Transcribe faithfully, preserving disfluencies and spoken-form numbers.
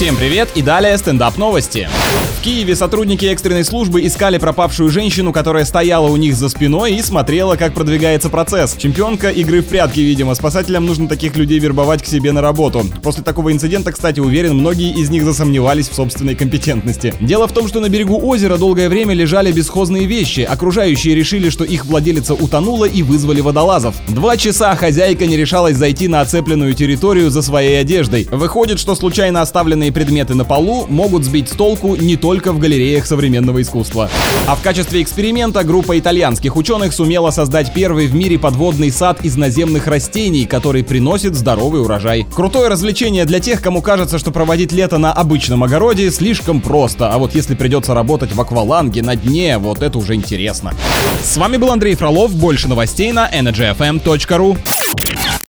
Всем привет и далее стендап новости. В Киеве сотрудники экстренной службы искали пропавшую женщину, которая стояла у них за спиной и смотрела, как продвигается процесс. Чемпионка игры в прятки, видимо. Спасателям нужно таких людей вербовать к себе на работу. После такого инцидента, кстати, уверен, многие из них засомневались в собственной компетентности. Дело в том, что на берегу озера долгое время лежали бесхозные вещи. Окружающие решили, что их владелица утонула, и вызвали водолазов. Два часа хозяйка не решалась зайти на оцепленную территорию за своей одеждой. Выходит, что случайно оставленные предметы на полу могут сбить с толку не только в галереях современного искусства. А в качестве эксперимента группа итальянских ученых сумела создать первый в мире подводный сад из наземных растений, который приносит здоровый урожай. Крутое развлечение для тех, кому кажется, что проводить лето на обычном огороде слишком просто, а вот если придется работать в акваланге на дне, вот это уже интересно. С вами был Андрей Фролов, больше новостей на energy эф эм точка ру.